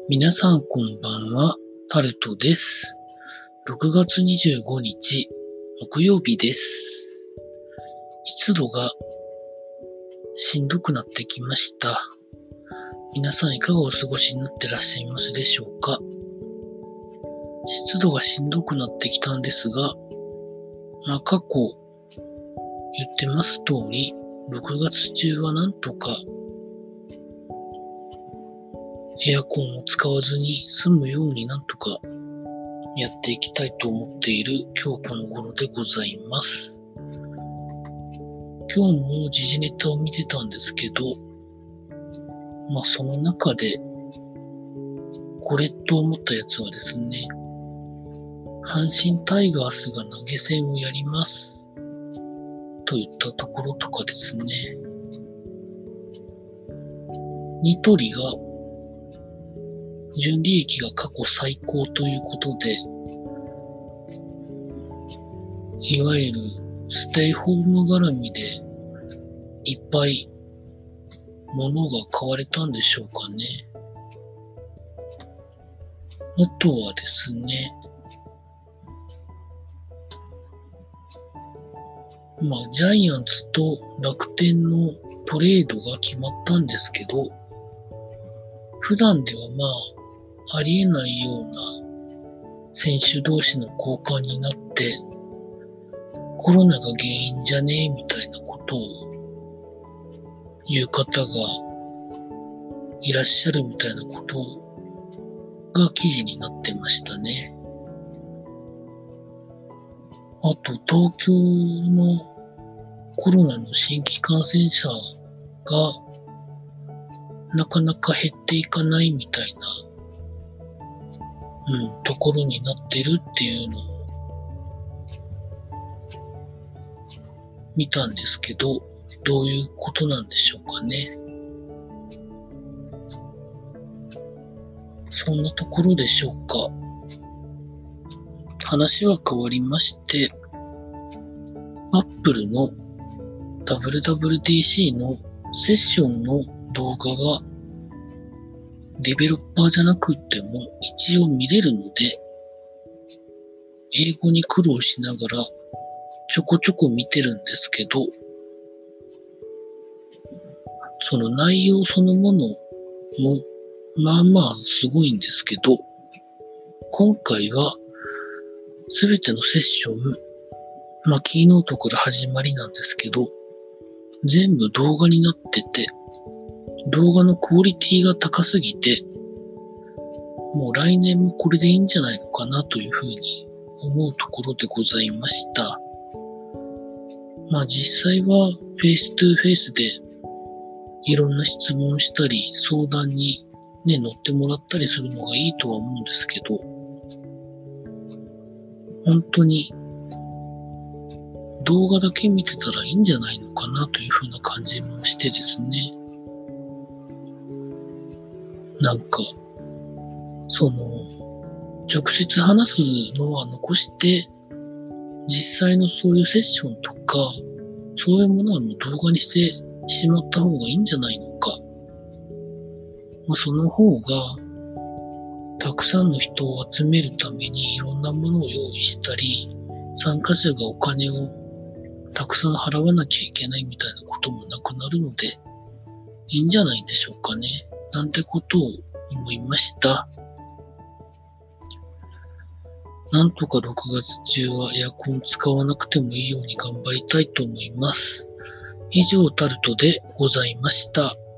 皆さんこんばんは、タルトです。6月25日、木曜日です。湿度がしんどくなってきました。皆さんいかがお過ごしになってらっしゃいますでしょうか。湿度がしんどくなってきたんですが、過去言ってます通り、6月中はなんとかエアコンを使わずに済むようになんとかやっていきたいと思っている今日この頃でございます。今日も時事ネタを見てたんですけど、その中でこれと思ったやつはですね、阪神タイガースが投げ銭をやりますといったところとかですね、ニトリが純利益が過去最高ということで、いわゆるステイホーム絡みでいっぱい物が買われたんでしょうかね。あとはですね、ジャイアンツと楽天のトレードが決まったんですけど、普段ではありえないような選手同士の交換になって、コロナが原因じゃねえみたいなことを言う方がいらっしゃるみたいなことが記事になってましたね。あと、東京のコロナの新規感染者がなかなか減っていかないみたいな、ところになってるっていうのを見たんですけど、どういうことなんでしょうかね。そんなところでしょうか。話は変わりまして、Apple の WWDC のセッションの動画がデベロッパーじゃなくても一応見れるので、英語に苦労しながらちょこちょこ見てるんですけど、その内容そのものもすごいんですけど、今回はすべてのセッション、キーノートから始まりなんですけど、全部動画になってて、動画のクオリティが高すぎて、もう来年もこれでいいんじゃないのかなというふうに思うところでございました。実際はフェイストゥーフェイスでいろんな質問したり相談に乗ってもらったりするのがいいとは思うんですけど、本当に動画だけ見てたらいいんじゃないのかなというふうな感じもしてですね。直接話すのは残して、実際のそういうセッションとか、そういうものはもう動画にしてしまった方がいいんじゃないのか。その方が、たくさんの人を集めるためにいろんなものを用意したり、参加者がお金をたくさん払わなきゃいけないみたいなこともなくなるので、いいんじゃないでしょうかね。なんてことを思いました。なんとか6月中はエアコン使わなくてもいいように頑張りたいと思います。以上タルトでございました。